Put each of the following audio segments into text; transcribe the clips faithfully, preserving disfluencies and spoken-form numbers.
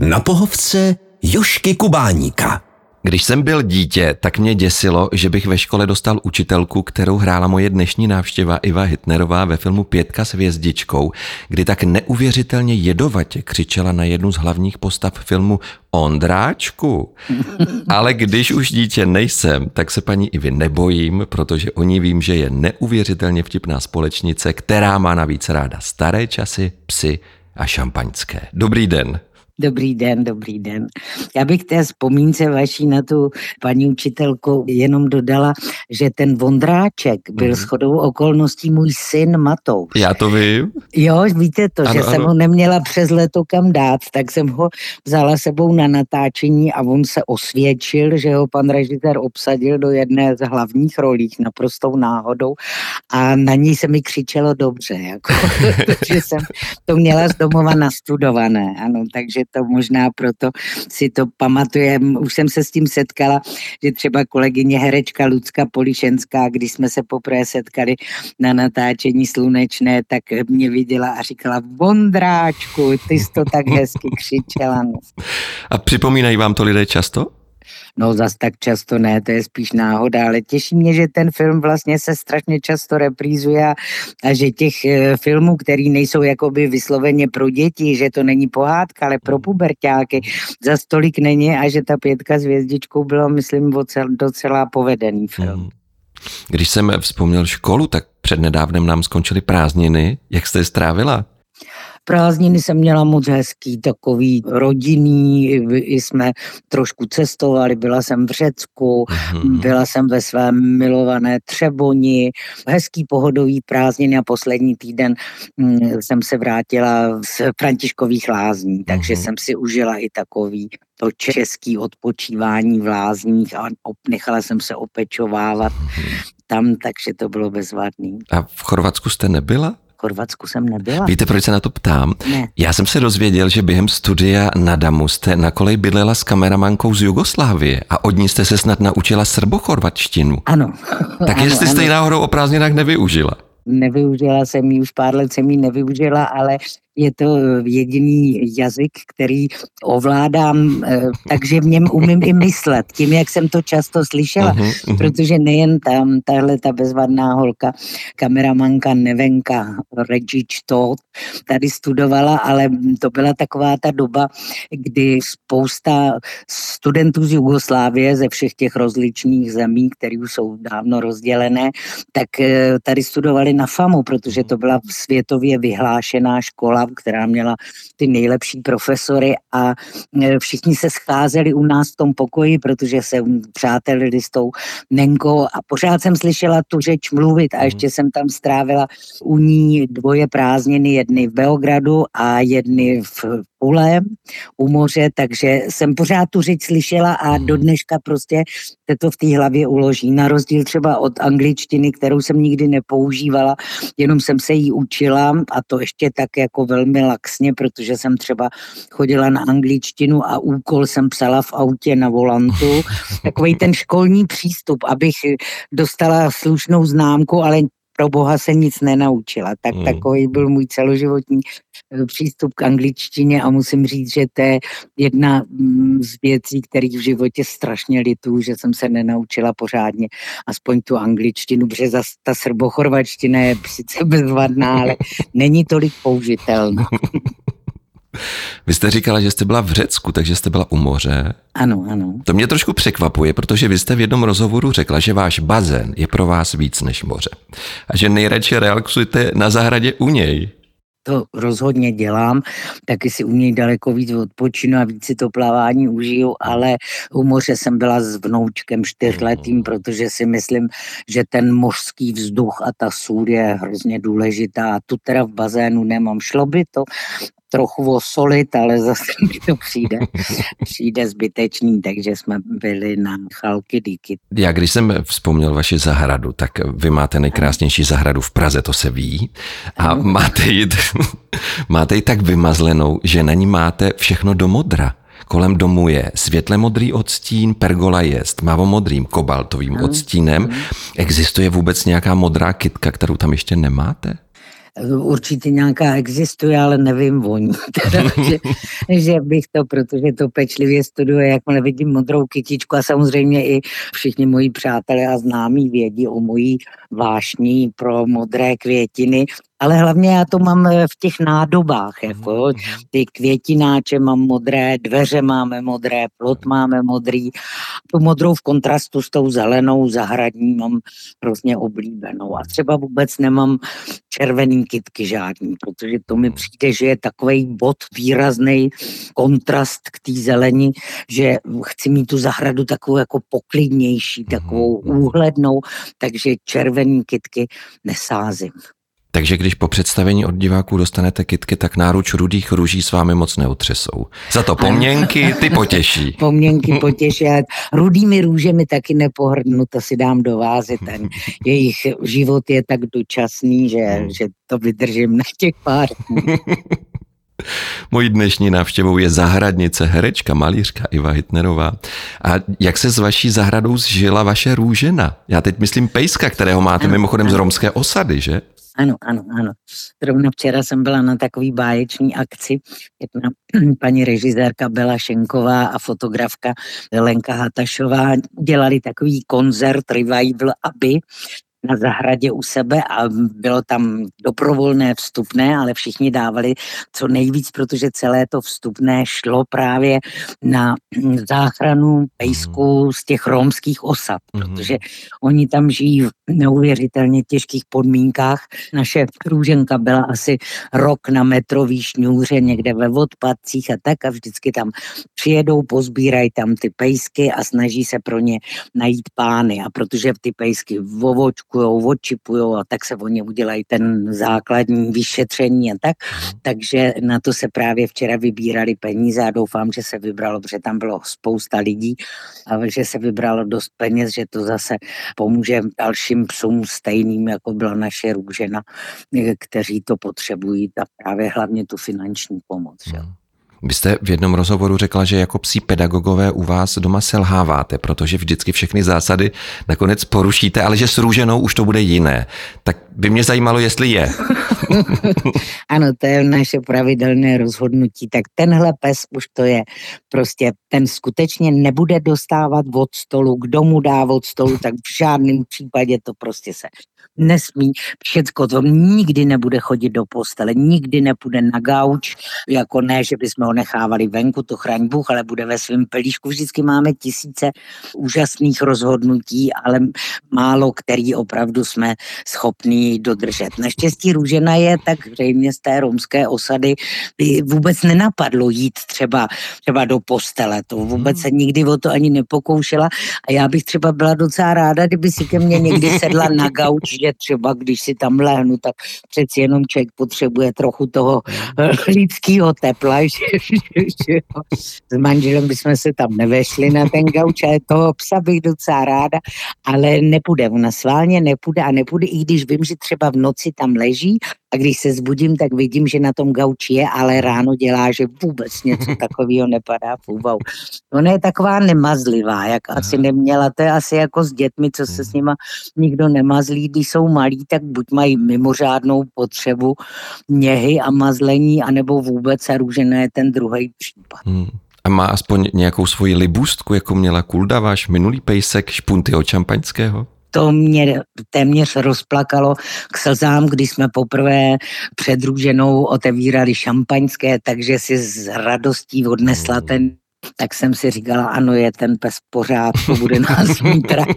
Na pohovce Jožky Kubáníka. Když jsem byl dítě, tak mě děsilo, že bych ve škole dostal učitelku, kterou hrála moje dnešní návštěva Iva Hitnerová ve filmu Pětka s hvězdičkou, kdy tak neuvěřitelně jedovatě křičela na jednu z hlavních postav filmu Ondráčku. Ale když už dítě nejsem, tak se paní Ivy nebojím, protože o ní vím, že je neuvěřitelně vtipná společnice, která má navíc ráda staré časy, psy a šampaňské. Dobrý den. Dobrý den, dobrý den. Já bych té vzpomínce vaší na tu paní učitelku jenom dodala, že ten Vondráček byl mm. shodou okolností můj syn Matouš. Já to vím. Jo, víte to, ano, že ano. jsem ho neměla přes leto kam dát, tak jsem ho vzala sebou na natáčení a on se osvědčil, že ho pan režisér obsadil do jedné z hlavních rolích naprostou náhodou a na ní se mi křičelo dobře, jako, protože jsem to měla z domova nastudované, ano, takže to možná proto si to pamatujem. Už jsem se s tím setkala, že třeba kolegyně herečka Lucka Polišenská, když jsme se poprvé setkali na natáčení Slunečné, tak mě viděla a říkala: Vondráčku, ty jsi to tak hezky křičela. No. A připomínají vám to lidé často? No zas tak často ne, to je spíš náhoda, ale těší mě, že ten film vlastně se strašně často reprízuje a, a že těch e, filmů, který nejsou jakoby vysloveně pro děti, že to není pohádka, ale pro puberťáky, zas tolik není a že ta Pětka s hvězdičkou bylo, myslím, docela povedený film. Když jsem vzpomněl školu, tak přednedávnem nám skončily prázdniny. Jak jste je strávila? Prázdniny jsem měla moc hezký, takový rodinný, i jsme trošku cestovali, byla jsem v Řecku, mm. byla jsem ve svém milované Třeboni, hezký pohodový prázdniny a poslední týden hm, jsem se vrátila z Františkových lázní, takže mm. jsem si užila i takový to český odpočívání v lázních a nechala jsem se opečovávat mm. tam, takže to bylo bezvadný. A v Chorvatsku jste nebyla? V Chorvatsku jsem nebyla. Víte, proč se na to ptám? Ne. Já jsem se dozvěděl, že během studia na Damu jste na koleji bydlela s kameramankou z Jugoslávie a od ní jste se snad naučila srbochorvatštinu. Ano. Tak ano, jestli jste ji náhodou o prázdninách nevyužila? Nevyužila jsem ji, už pár let jsem ji nevyužila, ale je to jediný jazyk, který ovládám, takže v něm umím i myslet, tím, jak jsem to často slyšela, uh-huh, uh-huh. protože nejen tam, tahle ta bezvadná holka, kameramanka Nevenka Redžič Todt tady studovala, ale to byla taková ta doba, kdy spousta studentů z Jugoslávie, ze všech těch rozličných zemí, které už jsou dávno rozdělené, tak tady studovali na FAMu, protože to byla světově vyhlášená škola, která měla ty nejlepší profesory a všichni se scházeli u nás v tom pokoji, protože se přátelili s tou Nenkou a pořád jsem slyšela tu řeč mluvit a ještě jsem tam strávila u ní dvoje prázdniny, jedny v Beogradu a jedny v Pule u moře, takže jsem pořád tu řeč slyšela a do dneška prostě se to v té hlavě uloží. Na rozdíl třeba od angličtiny, kterou jsem nikdy nepoužívala, jenom jsem se jí učila a to ještě tak jako velmi laxně, protože jsem třeba chodila na angličtinu a úkol jsem psala v autě na volantu. Takový ten školní přístup, abych dostala slušnou známku, ale pro boha se nic nenaučila. Tak hmm. takový byl můj celoživotní přístup k angličtině a musím říct, že to je jedna z věcí, kterých v životě strašně lituju, že jsem se nenaučila pořádně aspoň tu angličtinu, protože zase ta srbochorvačtina je sice bezvadná, ale není tolik použitelná. Vy jste říkala, že jste byla v Řecku, takže jste byla u moře. Ano, ano. To mě trošku překvapuje, protože vy jste v jednom rozhovoru řekla, že váš bazén je pro vás víc než moře. A že nejradši relaxujete na zahradě u něj. To rozhodně dělám, taky si u něj daleko víc odpočinu a víc si to plavání užiju, ale u moře jsem byla s vnoučkem čtyřletým, protože si myslím, že ten mořský vzduch a ta sůl je hrozně důležitá. Tu teda v bazénu nemám, šlo by to trochu osolit, ale zase mi to přijde, přijde zbytečný, takže jsme byli na Chalkidiky. Já když jsem vzpomněl vaši zahradu, tak vy máte nejkrásnější zahradu v Praze, to se ví, a máte ji, máte ji tak vymazlenou, že na ní máte všechno do modra. Kolem domu je světle modrý odstín, pergola je s tmavomodrým kobaltovým odstínem. Existuje vůbec nějaká modrá kytka, kterou tam ještě nemáte? Určitě nějaká existuje, ale nevím o ní. Teda, že, že bych to, protože to pečlivě studuje, jakmile vidím modrou kytičku a samozřejmě i všichni moji přátelé a známí vědí o mojí vášní pro modré květiny, ale hlavně já to mám v těch nádobách, jako ty květináče mám modré, dveře máme modré, plot máme modrý, tu modrou v kontrastu s tou zelenou zahradní mám hrozně oblíbenou a třeba vůbec nemám červený kytky žádný, protože to mi přijde, že je takovej bod výrazný kontrast k té zeleni, že chci mít tu zahradu takovou jako poklidnější, takovou úhlednou, takže červený kytky nesázím. Takže když po představení od diváků dostanete kytky, tak náruč rudých růží s vámi moc neutřesou. Za to poměnky, ty potěší. Poměnky potěší. Rudými růžemi taky nepohrdnu, to si dám do vázy. Ten jejich život je tak dočasný, že, že to vydržím na těch pár dní. Mojí dnešní návštěvou je zahradnice, herečka, malířka Iva Hitnerová. A jak se s vaší zahradou zžila vaše růžena? Já teď myslím pejska, kterého máte ano, mimochodem ano. z romské osady, že? Ano, ano, ano. Zrovna včera jsem byla na takový báječní akci. Jedna paní režisérka Bela Šenková a fotografka Lenka Hatašová dělali takový koncert revival, aby na zahradě u sebe a bylo tam doprovolné vstupné, ale všichni dávali co nejvíc, protože celé to vstupné šlo právě na záchranu pejsků z těch romských osad, protože oni tam žijí v neuvěřitelně těžkých podmínkách. Naše růženka byla asi rok na metrový šňůře někde ve odpadcích a tak a vždycky tam přijedou, pozbírají tam ty pejsky a snaží se pro ně najít pány a protože ty pejsky vovočku odčipujou a tak se oni udělají ten základní vyšetření a tak. Takže na to se právě včera vybírali peníze a doufám, že se vybralo, protože tam bylo spousta lidí a že se vybralo dost peněz, že to zase pomůže dalším psům stejným, jako byla naše růžena, kteří to potřebují a právě hlavně tu finanční pomoc. Že? Vy jste v jednom rozhovoru řekla, že jako psí pedagogové u vás doma selháváte, protože vždycky všechny zásady nakonec porušíte, ale že s růženou už to bude jiné. Tak by mě zajímalo, jestli je. Ano, to je naše pravidelné rozhodnutí. Tak tenhle pes už to je. Prostě ten skutečně nebude dostávat od stolu. Kdo mu dá od stolu, tak v žádném případě to prostě se nesmí. Všecko to nikdy nebude chodit do postele, nikdy nepůjde na gauč, jako ne, že bychom ho nechávali venku, to chraň Bůh, ale bude ve svém pelíšku. Vždycky máme tisíce úžasných rozhodnutí, ale málo který opravdu jsme schopní dodržet. Naštěstí růžena je tak zřejmě z té romské osady by vůbec nenapadlo jít třeba, třeba do postele. To vůbec se nikdy o to ani nepokoušela a já bych třeba byla docela ráda, kdyby si ke mně někdy sedla na gauč, že třeba když si tam lehnu, tak přeci jenom člověk potřebuje trochu toho lidského tepla, že, že, že s manželem bychom se tam nevešli na ten gauč, ale toho psa bych docela ráda, ale nepůjde, ona sválně nepůjde a nepůjde, i když vím, že třeba v noci tam leží a když se zbudím, tak vidím, že na tom gauči je, ale ráno dělá, že vůbec něco takového nepadá v úvahu. Ona je taková nemazlivá, jak asi neměla, to je asi jako s dětmi, co se s nima nikdo nemazlí, když jsou malí, tak buď mají mimořádnou potřebu něhy a mazlení, anebo vůbec a růžena je ten druhý případ. Hmm. A má aspoň nějakou svoji libůstku, jako měla Kulda, váš minulý pejsek, Špuntyho Čampaňského? To mě téměř rozplakalo k slzám, když jsme poprvé před růženou otevírali šampaňské, takže si s radostí odnesla ten, tak jsem si říkala, ano, je ten pes v pořádku, bude nás mít rád.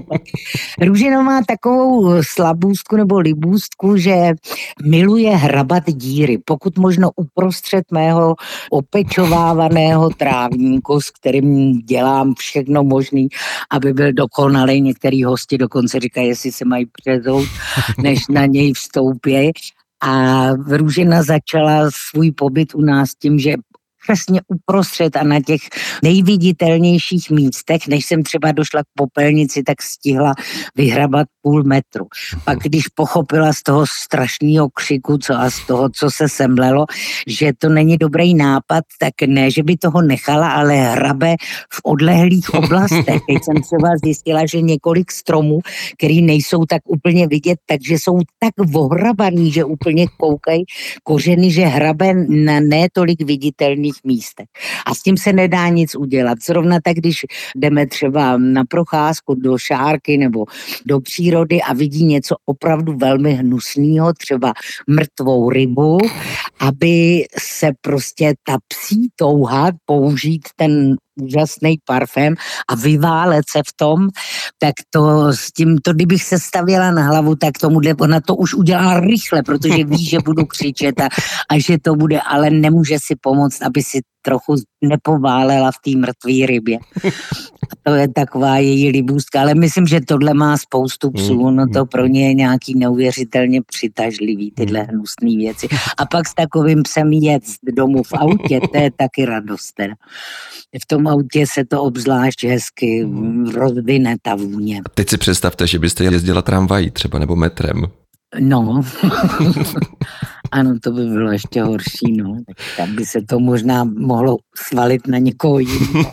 Růžena má takovou slabůstku nebo libůstku, že miluje hrabat díry, pokud možno uprostřed mého opečovávaného trávníku, s kterým dělám všechno možné, aby byl dokonalý. Některý hosti dokonce říkají, jestli se mají přezout, než na něj vstoupí. A Růžena začala svůj pobyt u nás tím, že přesně uprostřed a na těch nejviditelnějších místech, než jsem třeba došla k popelnici, tak stihla vyhrabat půl metru. Pak když pochopila z toho strašného křiku co a z toho, co se semlelo, že to není dobrý nápad, tak ne, že by toho nechala, ale hrabe v odlehlých oblastech. Teď jsem třeba zjistila, že několik stromů, který nejsou tak úplně vidět, takže jsou tak ohrabaný, že úplně koukají kořeny, že hrabe na ne tolik viditelných místech. A s tím se nedá nic udělat. Zrovna tak, když jdeme třeba na procházku do šárky nebo do přírody a vidí něco opravdu velmi hnusného, třeba mrtvou rybu, aby se prostě ta psí touha použít ten úžasný parfém a vyválet se v tom, tak to s tím, to kdybych se stavěla na hlavu, tak tomuhle, ona to už udělala rychle, protože ví, že budu křičet a, a že to bude, ale nemůže si pomoct, aby si trochu nepoválela v té mrtvé rybě. A to je taková její libůstka, ale myslím, že tohle má spoustu psů, ono to pro ně je nějaký neuvěřitelně přitažlivý, tyhle hnusné věci. A pak s takovým psem jet domů v autě, to je taky radost teda. V tom autě se to obzvlášť hezky rozvine ta vůně. Teď si představte, že byste jezdila tramvají třeba nebo metrem. No, ano, to by bylo ještě horší, no. Tak tam by se to možná mohlo svalit na někoho jiného.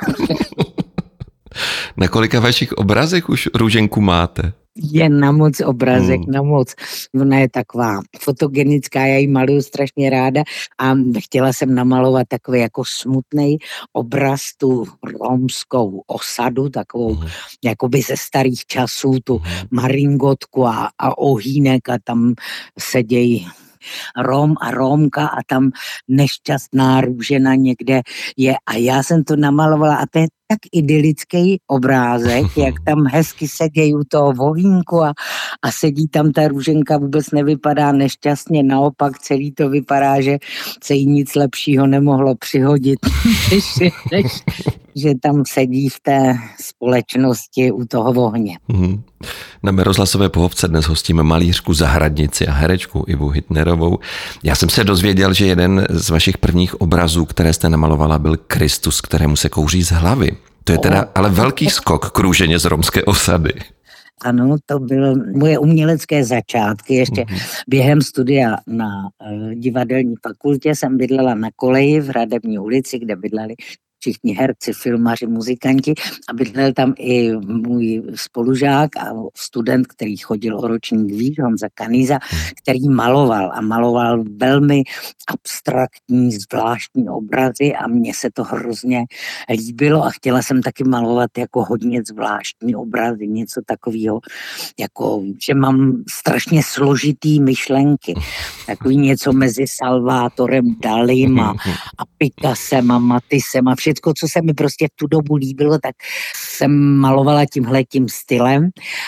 Na kolika vašich obrazech už Růženku máte? Je na moc obrazek, hmm. na moc. Ona je taková fotogenická, já ji maluju strašně ráda a chtěla jsem namalovat takový jako smutný obraz, tu romskou osadu, takovou hmm. jakoby ze starých časů, tu hmm. maringotku a, a ohýnek a tam sedějí Rom a Rómka a tam nešťastná růžena někde je a já jsem to namalovala a to je tak idylický obrázek, jak tam hezky sedějí u toho vohýnku a, a sedí tam ta růženka, vůbec nevypadá nešťastně, naopak celý to vypadá, že se jí nic lepšího nemohlo přihodit, než, než že tam sedí v té společnosti u toho ohně. Mm-hmm. Na mé rozhlasové pohovce dnes hostíme malířku, zahradnici a herečku Ivu Hitnerovou. Já jsem se dozvěděl, že jeden z vašich prvních obrazů, které jste namalovala, byl Kristus, kterému se kouří z hlavy. To je teda ale velký skok k růženě z romské osady. Ano, to byly moje umělecké začátky. Ještě mm-hmm. během studia na uh, divadelní fakultě jsem bydlela na koleji v Hradební ulici, kde bydleli všichni herci, filmaři, muzikanti a bydlel tam i můj spolužák a student, který chodil o ročník výš, Honza Kanýza, který maloval a maloval velmi abstraktní, zvláštní obrazy a mně se to hrozně líbilo a chtěla jsem taky malovat jako hodně zvláštní obrazy, něco takového, jako, že mám strašně složitý myšlenky, takový něco mezi Salvátorem Dalim a, a Picassem a Matissem a všechno, co se mi prostě v tu dobu líbilo, tak jsem malovala tímhletím stylem,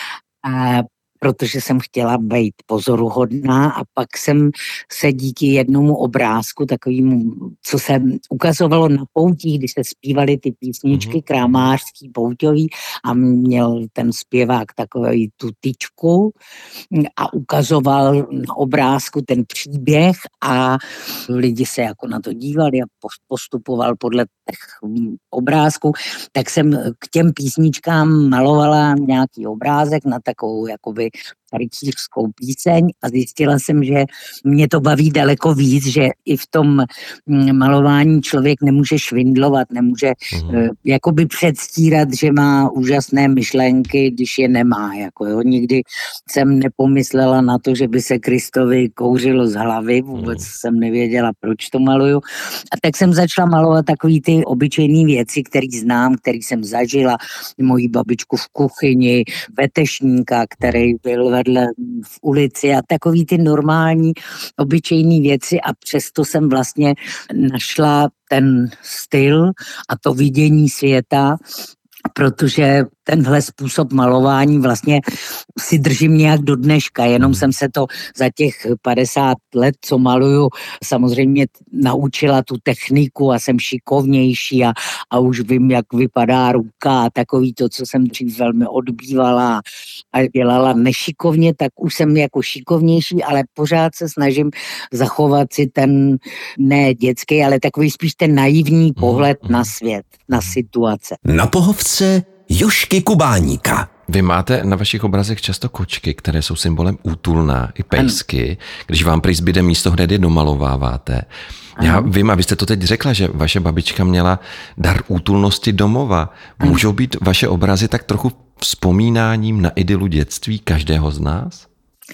a protože jsem chtěla být pozoruhodná a pak jsem se díky jednomu obrázku, takovému, co se ukazovalo na poutích, když se zpívaly ty písničky krámářský, pouťový a měl ten zpěvák takový tu tyčku a ukazoval na obrázku ten příběh a lidi se jako na to dívali a postupoval podle těch obrázků, tak jsem k těm písničkám malovala nějaký obrázek na takovou jakoby rytířskou píseň a zjistila jsem, že mě to baví daleko víc, že i v tom malování člověk nemůže švindlovat, nemůže mm. jakoby předstírat, že má úžasné myšlenky, když je nemá. Jako, jo. Nikdy jsem nepomyslela na to, že by se Kristovi kouřilo z hlavy, vůbec mm. jsem nevěděla, proč to maluju. A tak jsem začala malovat takový ty obyčejné věci, které znám, které jsem zažila, moji babičku v kuchyni, vetešníka, který byl vedle v ulici a takový ty normální, obyčejné věci a přesto jsem vlastně našla ten styl a to vidění světa, protože tenhle způsob malování vlastně si držím nějak do dneška, jenom jsem se to za těch padesát let, co maluju, samozřejmě naučila tu techniku a jsem šikovnější a, a už vím, jak vypadá ruka a takový to, co jsem dřív velmi odbývala a dělala nešikovně, tak už jsem jako šikovnější, ale pořád se snažím zachovat si ten ne dětský, ale takový spíš ten naivní pohled na svět, na situace. Na pohovce Jožky Kubáníka. Vy máte na vašich obrazech často kočky, které jsou symbolem útulná, i pejsky. Když vám prý zbyde místo, hned je domalováváte. Já vím, a vy jste to teď řekla, že vaše babička měla dar útulnosti domova. Můžou být vaše obrazy tak trochu vzpomínáním na idylu dětství každého z nás?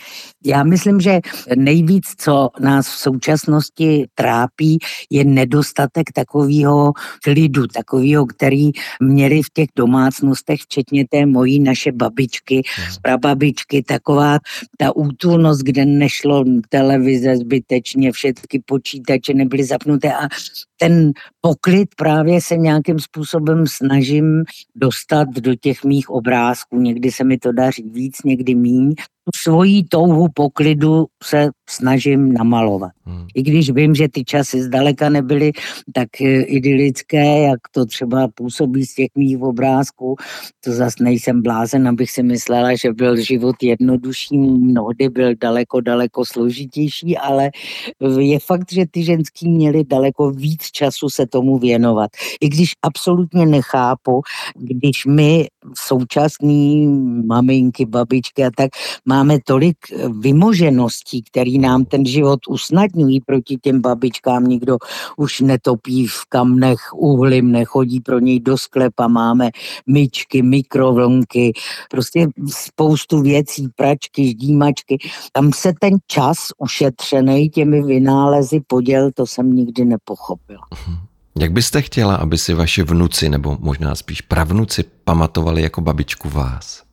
Já myslím, že nejvíc, co nás v současnosti trápí, je nedostatek takového klidu, takového, který měli v těch domácnostech, včetně té mojí naše babičky, prababičky, taková ta útulnost, kde nešlo televize zbytečně, všechny počítače nebyly zapnuté a ten poklid právě se nějakým způsobem snažím dostat do těch mých obrázků. Někdy se mi to daří víc, někdy míň. Tu svoji touhu poklidu se snažím namalovat. Hmm. I když vím, že ty časy zdaleka nebyly tak idylické, jak to třeba působí z těch mých obrázků, to zase nejsem blázen, abych si myslela, že byl život jednodušší, mnohdy byl daleko, daleko složitější, ale je fakt, že ty ženský měly daleko víc času se tomu věnovat. I když absolutně nechápu, když my současný maminky, babičky a tak máme tolik vymožeností, který nám ten život usnadňují proti těm babičkám. Nikdo už netopí v kamnech uhlím, nechodí pro něj do sklepa, máme myčky, mikrovlnky, prostě spoustu věcí, pračky, ždímačky. Tam se ten čas ušetřený těmi vynálezy poděl, to jsem nikdy nepochopila. Jak byste chtěla, aby si vaši vnuci, nebo možná spíš pravnuci, pamatovali jako babičku vás?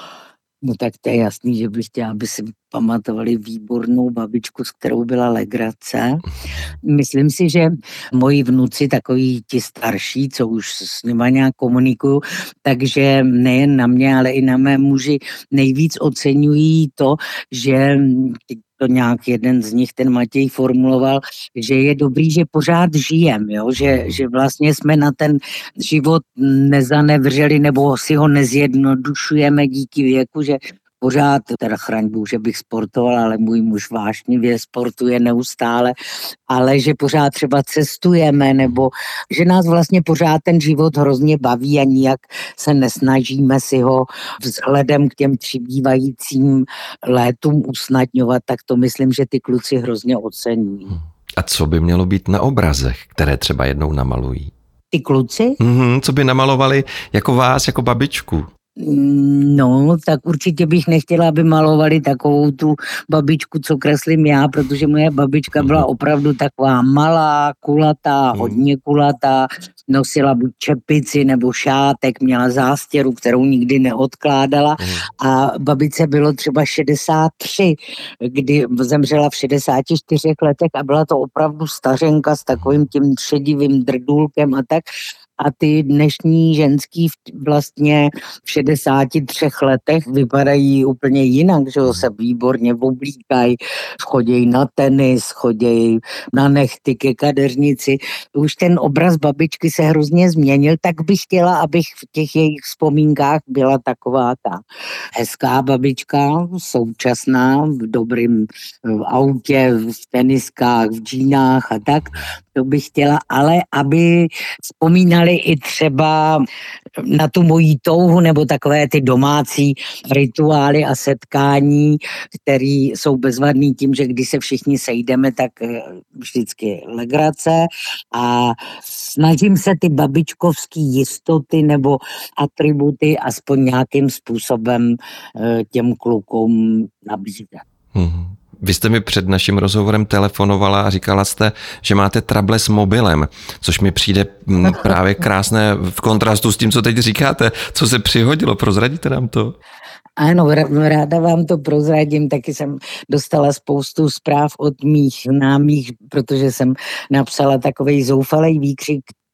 No tak to je jasný, že bych chtěla, aby si pamatovali výbornou babičku, s kterou byla legrace. Myslím si, že moji vnuci, takový ti starší, co už s nima nějak komunikuju, takže nejen na mě, ale i na mé muži nejvíc oceňují to, že to nějak jeden z nich, ten Matěj, formuloval, že je dobrý, že pořád žijem, jo? Že, že vlastně jsme na ten život nezanevřeli nebo si ho nezjednodušujeme díky věku, že pořád, teda chraň Bůh, že bych sportoval, ale můj muž vášnivě sportuje neustále, ale že pořád třeba cestujeme, nebo že nás vlastně pořád ten život hrozně baví a nijak se nesnažíme si ho vzhledem k těm přibývajícím létům usnadňovat, tak to myslím, že ty kluci hrozně oceňují. A co by mělo být na obrazech, které třeba jednou namalují? Ty kluci? Mm-hmm, co by namalovali jako vás, jako babičku? No, tak určitě bych nechtěla, aby malovali takovou tu babičku, co kreslím já, protože moje babička byla opravdu taková malá, kulatá, hodně kulatá, nosila buď čepici nebo šátek, měla zástěru, kterou nikdy neodkládala a babičce bylo třeba šedesát tři, kdy zemřela v šedesáti čtyřech letech a byla to opravdu stařenka s takovým tím šedivým drdůlkem a tak. A ty dnešní ženský vlastně v šedesáti třech letech vypadají úplně jinak, že se výborně oblíkají, chodějí na tenis, chodějí na nechty ke kadeřnici. Už ten obraz babičky se hrozně změnil, tak bych chtěla, abych v těch jejich vzpomínkách byla taková ta hezká babička, současná, v dobrým autě, v teniskách, v džínách a tak. To bych chtěla, ale aby vzpomínali i třeba na tu moji touhu nebo takové ty domácí rituály a setkání, které jsou bezvadný tím, že když se všichni sejdeme, tak vždycky legrace a snažím se ty babičkovský jistoty nebo atributy aspoň nějakým způsobem těm klukům nabízet. Mm-hmm. Vy jste mi před naším rozhovorem telefonovala a říkala jste, že máte trable s mobilem, což mi přijde právě krásné v kontrastu s tím, co teď říkáte. Co se přihodilo? Prozradíte nám to? Ano, ráda vám to prozradím, taky jsem dostala spoustu zpráv od mých známých, protože jsem napsala takovej zoufalej výkřik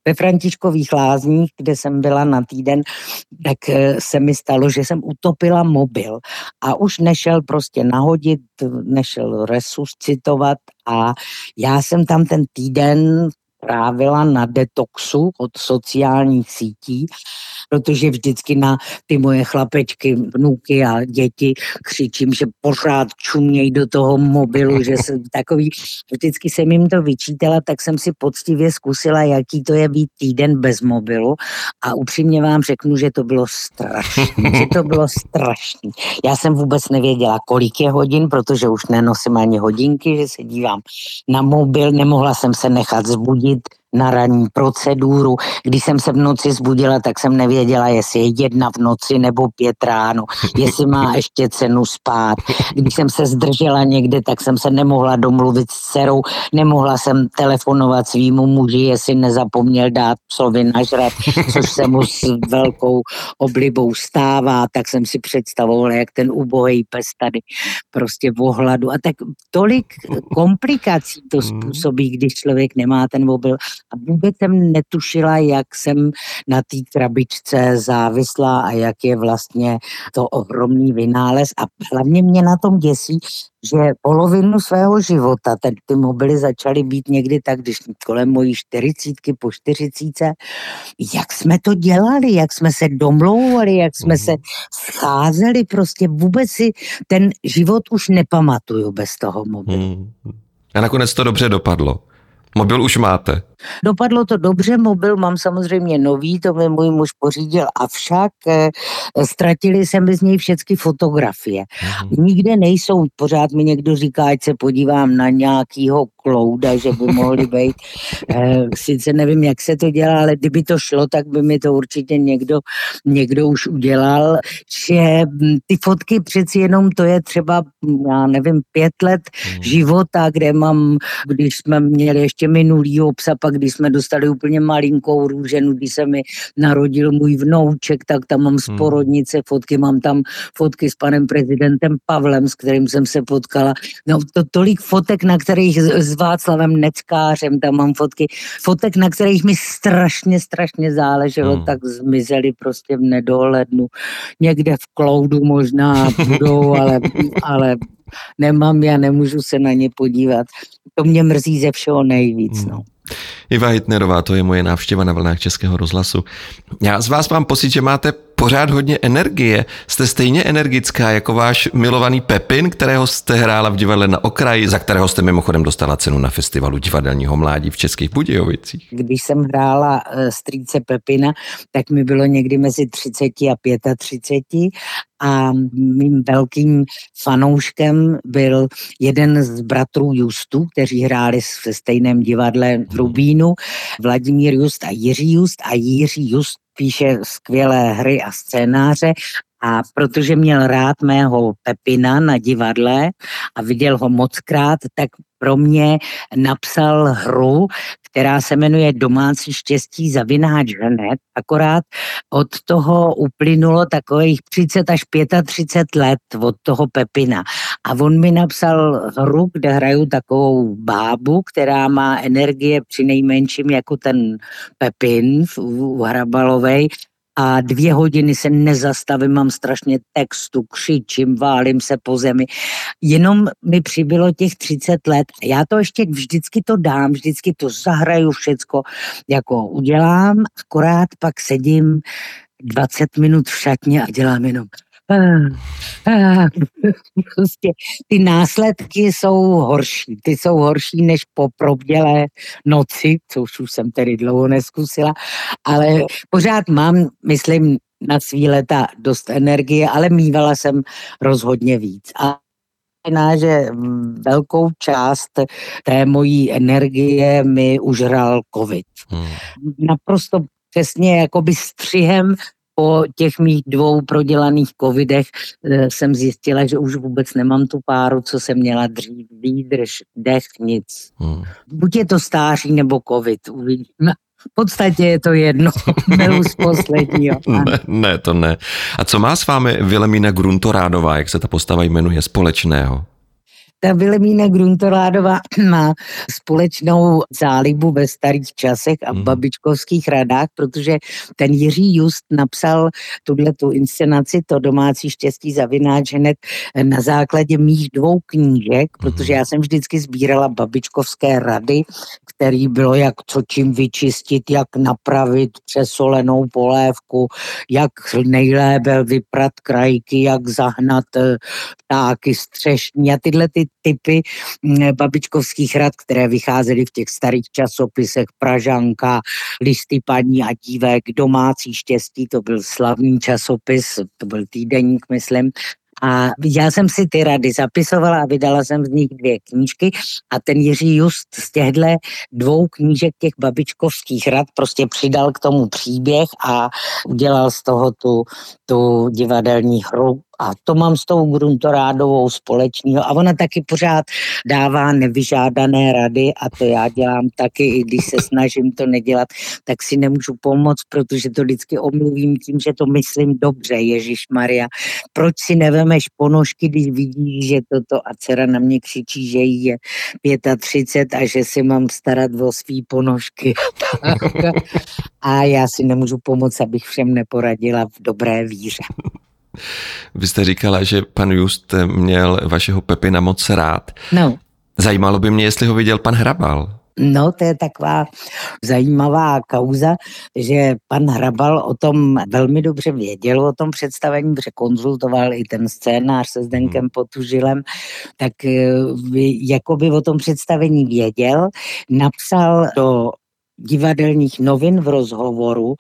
Ve Františkových Lázních, kde jsem byla na týden, tak se mi stalo, že jsem utopila mobil a už nešel prostě nahodit, nešel resuscitovat a já jsem tam ten týden trávila na detoxu od sociálních sítí, protože vždycky na ty moje chlapečky, vnuky a děti křičím, že pořád čuměj do toho mobilu, že jsem takový, vždycky jsem jim to vyčítala, tak jsem si poctivě zkusila, jaký to je být týden bez mobilu a upřímně vám řeknu, že to bylo strašný, že to bylo strašný. Já jsem vůbec nevěděla, kolik je hodin, protože už nenosím ani hodinky, že se dívám na mobil, nemohla jsem se nechat zbudit na ranní proceduru. Když jsem se v noci zbudila, tak jsem nevěděla, jestli je jedna v noci nebo pět ráno, jestli má ještě cenu spát. Když jsem se zdržela někde, tak jsem se nemohla domluvit s dcerou, nemohla jsem telefonovat svýmu muži, jestli nezapomněl dát psovi nažrat, což se mu s velkou oblibou stává, tak jsem si představovala, jak ten ubohý pes tady prostě v ohladu. A tak tolik komplikací to způsobí, když člověk nemá ten mobil. A vůbec jsem netušila, jak jsem na té krabičce závislá a jak je vlastně to ohromný vynález. A hlavně mě na tom děsí, že polovinu svého života, ten, ty mobily začaly být někdy tak, když kolem mojí čtyřicítky, po čtyřicítce, jak jsme to dělali, jak jsme se domlouvali, jak jsme se scházeli, prostě vůbec si ten život už nepamatuju bez toho mobilu. A nakonec to dobře dopadlo. Mobil už máte. Dopadlo to dobře, mobil mám samozřejmě nový, to mi můj muž pořídil, avšak eh, ztratili se mi z něj všechny fotografie. Mm. Nikde nejsou, pořád mi někdo říká, ať se podívám na nějakýho klouda, že by mohli být. Eh, sice nevím, jak se to dělá, ale kdyby to šlo, tak by mi to určitě někdo, někdo už udělal, že ty fotky přeci jenom to je třeba, já nevím, pět let mm. života, kde mám, když jsme měli ještě minulýho psa, pak když jsme dostali úplně malinkou růženu, když se mi narodil můj vnouček, tak tam mám z porodnice fotky, mám tam fotky s panem prezidentem Pavlem, s kterým jsem se potkala. No to tolik fotek, na kterých s Václavem Neckářem, tam mám fotky, fotek, na kterých mi strašně, strašně záleželo, hmm. tak zmizely prostě v nedohlednu. Někde v cloudu možná budou, ale, ale nemám já, nemůžu se na ně podívat. To mě mrzí ze všeho nejvíc, no. Iva Hitnerová, to je moje návštěva na vlnách Českého rozhlasu. Já z vás mám pocit, že máte pořád hodně energie. Jste stejně energická jako váš milovaný Pepin, kterého jste hrála v divadle Na okraji, za kterého jste mimochodem dostala cenu na festivalu divadelního mládí v Českých Budějovicích. Když jsem hrála strýce Pepina, tak mi bylo někdy mezi třiceti a třiceti pěti a mým velkým fanouškem byl jeden z bratrů Justů, kteří hráli ve stejném divadle v Rubínu, Vladimír Just a Jiří Just, a Jiří Just píše skvělé hry a scénáře a protože měl rád mého Pepina na divadle a viděl ho mockrát, tak pro mě napsal hru, která se jmenuje Domácí štěstí zavináč hned, akorát od toho uplynulo takových třicet až třicet pět let od toho Pepina. A on mi napsal hru, kde hraju takovou bábu, která má energie přinejmenším jako ten Pepin u Hrabalovej, a dvě hodiny se nezastavím, mám strašně textu, křičím, válím se po zemi. Jenom mi přibylo těch třicet let. Já to ještě vždycky to dám, vždycky to zahraju všecko, jako udělám, akorát pak sedím dvacet minut v šatně a dělám jenom prostě ty následky jsou horší. Ty jsou horší než po probdělé noci, což už jsem tedy dlouho neskusila, ale pořád mám, myslím, na svý leta dost energie, ale mívala jsem rozhodně víc. A že velkou část té mojí energie mi užral covid. Hmm. Naprosto přesně jakoby střihem po těch mých dvou prodělaných covidech jsem zjistila, že už vůbec nemám tu páru, co jsem měla dřív. Výdrž, dech, nic. Hmm. Buď je to stáří nebo covid, uvidíme. V podstatě je to jedno, milu z posledního. Ne, ne, to ne. A co má s vámi Vilemína Gruntorádová, jak se ta postava jmenuje, společného? Ta Vilemína Gruntohládová má společnou zálibu ve starých časech a v babičkovských radách, protože ten Jiří Just napsal tuhletu inscenaci To domácí štěstí zavináč hned na základě mých dvou knížek, protože já jsem vždycky sbírala babičkovské rady, který bylo, jak co čím vyčistit, jak napravit přesolenou polévku, jak nejlépe vyprat krajky, jak zahnat ptáky střešní a tyhle ty typy babičkovských rad, které vycházely v těch starých časopisech Pražanka, Listy paní a dívek, Domácí štěstí, to byl slavný časopis, to byl týdeník, myslím. A já jsem si ty rady zapisovala a vydala jsem z nich dvě knížky a ten Jiří Just z těchto dvou knížek těch babičkovských rad prostě přidal k tomu příběh a udělal z toho tu, tu divadelní hru. A to mám s tou Gruntohládovou společného. A ona taky pořád dává nevyžádané rady a to já dělám taky, i když se snažím to nedělat, tak si nemůžu pomoct, protože to vždycky omluvím tím, že to myslím dobře, Ježišmarja. Proč si nevemeš ponožky, když vidíš, že toto a dcera na mě křičí, že jí je třicet pět a že si mám starat o svý ponožky. A já si nemůžu pomoct, abych všem neporadila v dobré víře. Vy jste říkala, že pan Just měl vašeho Pepina moc rád. No. Zajímalo by mě, jestli ho viděl pan Hrabal. No, to je taková zajímavá kauza, že pan Hrabal o tom velmi dobře věděl, o tom představení, protože konzultoval i ten scénář se Zdenkem Potužilem, tak jakoby o tom představení věděl, napsal do divadelních novin v rozhovoru,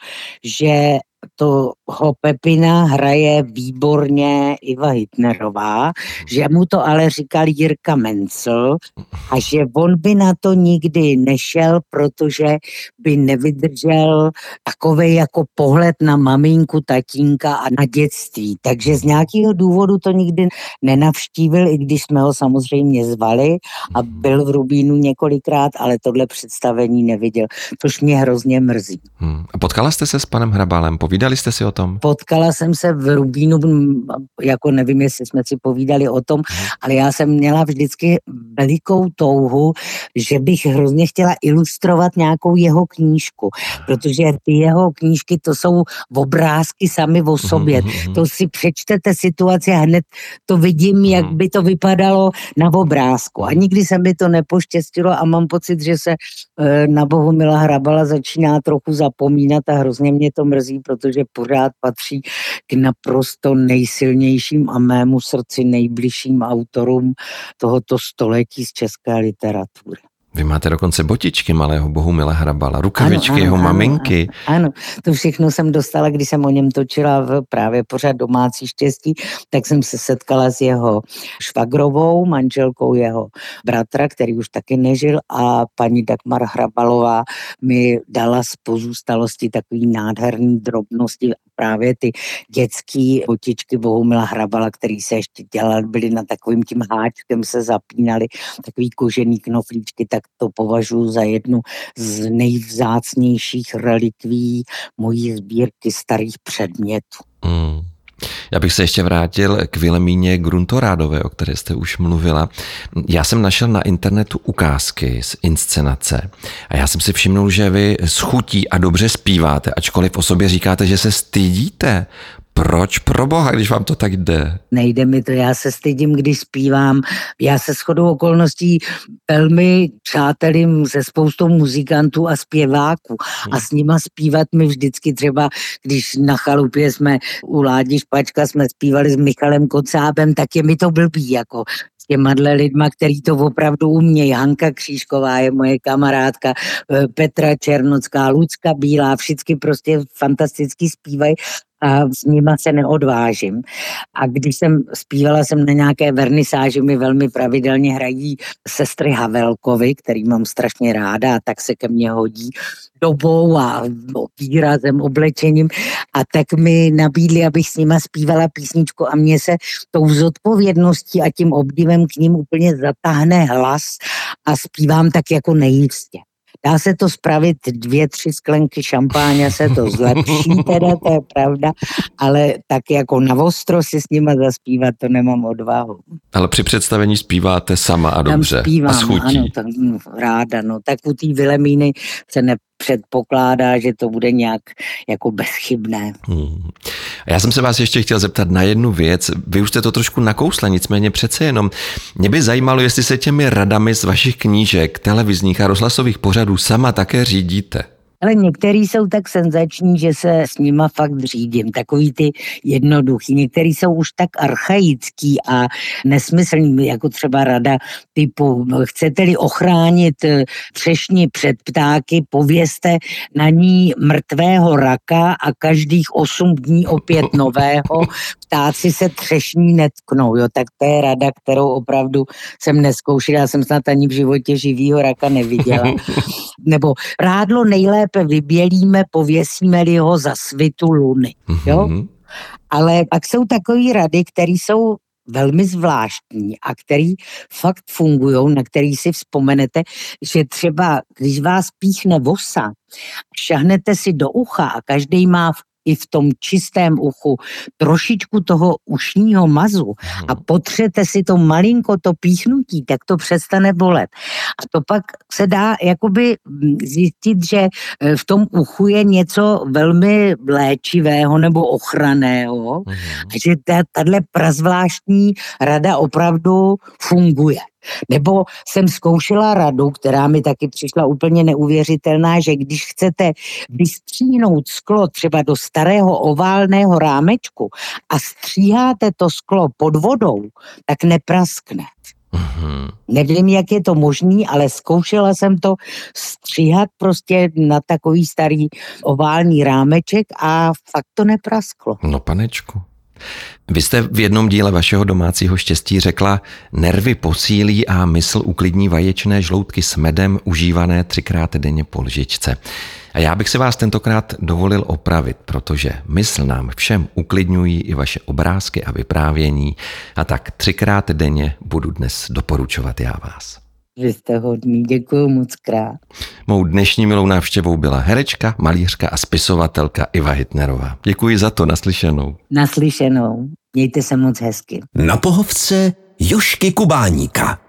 že toho Pepina hraje výborně Iva Hitnerová, že mu to ale říkal Jirka Mencl a že on by na to nikdy nešel, protože by nevydržel takovej jako pohled na maminku, tatínka a na dětství. Takže z nějakého důvodu to nikdy nenavštívil, i když jsme ho samozřejmě zvali a byl v Rubínu několikrát, ale tohle představení neviděl, což mě hrozně mrzí. Hmm. A potkala jste se s panem Hrabalem? Povídali jste si o tom? Potkala jsem se v Rubínu, jako nevím, jestli jsme si povídali o tom, ale já jsem měla vždycky velikou touhu, že bych hrozně chtěla ilustrovat nějakou jeho knížku, protože ty jeho knížky, to jsou obrázky sami o sobě. To si přečtete situaci a hned to vidím, jak by to vypadalo na obrázku. A nikdy se mi to nepoštěstilo a mám pocit, že se na Bohumila Hrabala začíná trochu zapomínat a hrozně mě to mrzí, protože pořád patří k naprosto nejsilnějším a mému srdci nejbližším autorům tohoto století z české literatury. Vy máte dokonce botičky malého Bohumila Hrabala, rukavičky ano, ano, jeho ano, maminky. Ano, ano, to všechno jsem dostala, když jsem o něm točila v právě pořád Domácí štěstí, tak jsem se setkala s jeho švagrovou, manželkou jeho bratra, který už taky nežil, a paní Dagmar Hrabalová mi dala z pozůstalosti takový nádherný drobnosti, právě ty dětský botičky Bohumila Hrabala, který se ještě dělal, byly na takovým tím háčkem, se zapínaly, takový kožený knoflíčky, tak to považuji za jednu z nejvzácnějších relikví mojí sbírky starých předmětů. Mm. Já bych se ještě vrátil k Vilemíně Gruntohládové, o které jste už mluvila. Já jsem našel na internetu ukázky z inscenace a já jsem si všimnul, že vy s chutí a dobře zpíváte, ačkoliv o sobě říkáte, že se stydíte. Proč pro boha, když vám to tak jde? Nejde mi to, já se stydím, když zpívám. Já se shodou okolností velmi přátelím se spoustou muzikantů a zpěváků. A s nima zpívat mi vždycky třeba, když na chalupě jsme u Ládi Špačka jsme zpívali s Michalem Kocábem, tak je mi to blbý, jako s těma lidma, který to opravdu umějí. Hanka Křížková je moje kamarádka, Petra Černocká, Lucka Bílá, všichni prostě fantasticky zpívají. A s nima se neodvážím. A když jsem zpívala jsem na nějaké vernisáži, mi velmi pravidelně hrají sestry Havelkovy, který mám strašně ráda a tak se ke mně hodí dobou a výrazem, oblečením. A tak mi nabídli, abych s nima zpívala písničku a mě se tou zodpovědností a tím obdivem k ním úplně zatáhne hlas a zpívám tak jako nejistě. Dá se to spravit dvě, tři sklenky šampáně, se to zlepší, teda, to je pravda, ale tak jako na ostro si s nima zaspívat, to nemám odvahu. Ale při představení zpíváte sama a Tam dobře zpívám, a s chutí. ano, tak no, ráda, no. Tak u té Vilemíny se nepředpokládá, že to bude nějak jako bezchybné. Hmm. Já jsem se vás ještě chtěl zeptat na jednu věc. Vy už jste to trošku nakousla, nicméně přece jenom. Mě by zajímalo, jestli se těmi radami z vašich knížek, televizních a rozhlasových pořadů sama také řídíte. Ale některý jsou tak senzační, že se s nima fakt řídím. Takový ty jednoduchý. Některý jsou už tak archaický a nesmyslný, jako třeba rada typu chcete-li ochránit třešni před ptáky, povězte na ní mrtvého raka a každých osm dní opět nového. Ptáci se třešní netknou. Jo? Tak to je rada, kterou opravdu jsem neskoušela. Já jsem snad ani v životě živýho raka neviděla. Nebo prádlo nejlépe vybělíme, pověsíme-li ho za svitu luny. Jo? Mm-hmm. Ale pak jsou takové rady, které jsou velmi zvláštní a který fakt fungují, na který si vzpomenete, že třeba, když vás píchne vosa, šahnete si do ucha a každý má v i v tom čistém uchu trošičku toho ušního mazu a potřete si to malinko, to píchnutí, tak to přestane bolet. A to pak se dá jakoby zjistit, že v tom uchu je něco velmi léčivého nebo ochranného uhum. A že tahle prazvláštní rada opravdu funguje. Nebo jsem zkoušela radu, která mi taky přišla úplně neuvěřitelná, že když chcete vystříhnout sklo třeba do starého oválného rámečku a stříháte to sklo pod vodou, tak nepraskne. Uhum. Nevím, jak je to možný, ale zkoušela jsem to stříhat prostě na takový starý oválný rámeček a fakt to neprasklo. No panečku. Vy jste v jednom díle vašeho domácího štěstí řekla, nervy posílí a mysl uklidní vaječné žloutky s medem užívané třikrát denně po lžičce. A já bych se vás tentokrát dovolil opravit, protože mysl nám všem uklidňují i vaše obrázky a vyprávění. A tak třikrát denně budu dnes doporučovat já vás. Vy jste hodný, děkuju moc krát. Mou dnešní milou návštěvou byla herečka, malířka a spisovatelka Iva Hitnerová. Děkuji za to, naslyšenou. Naslyšenou, mějte se moc hezky. Na pohovce Jožky Kubáníka.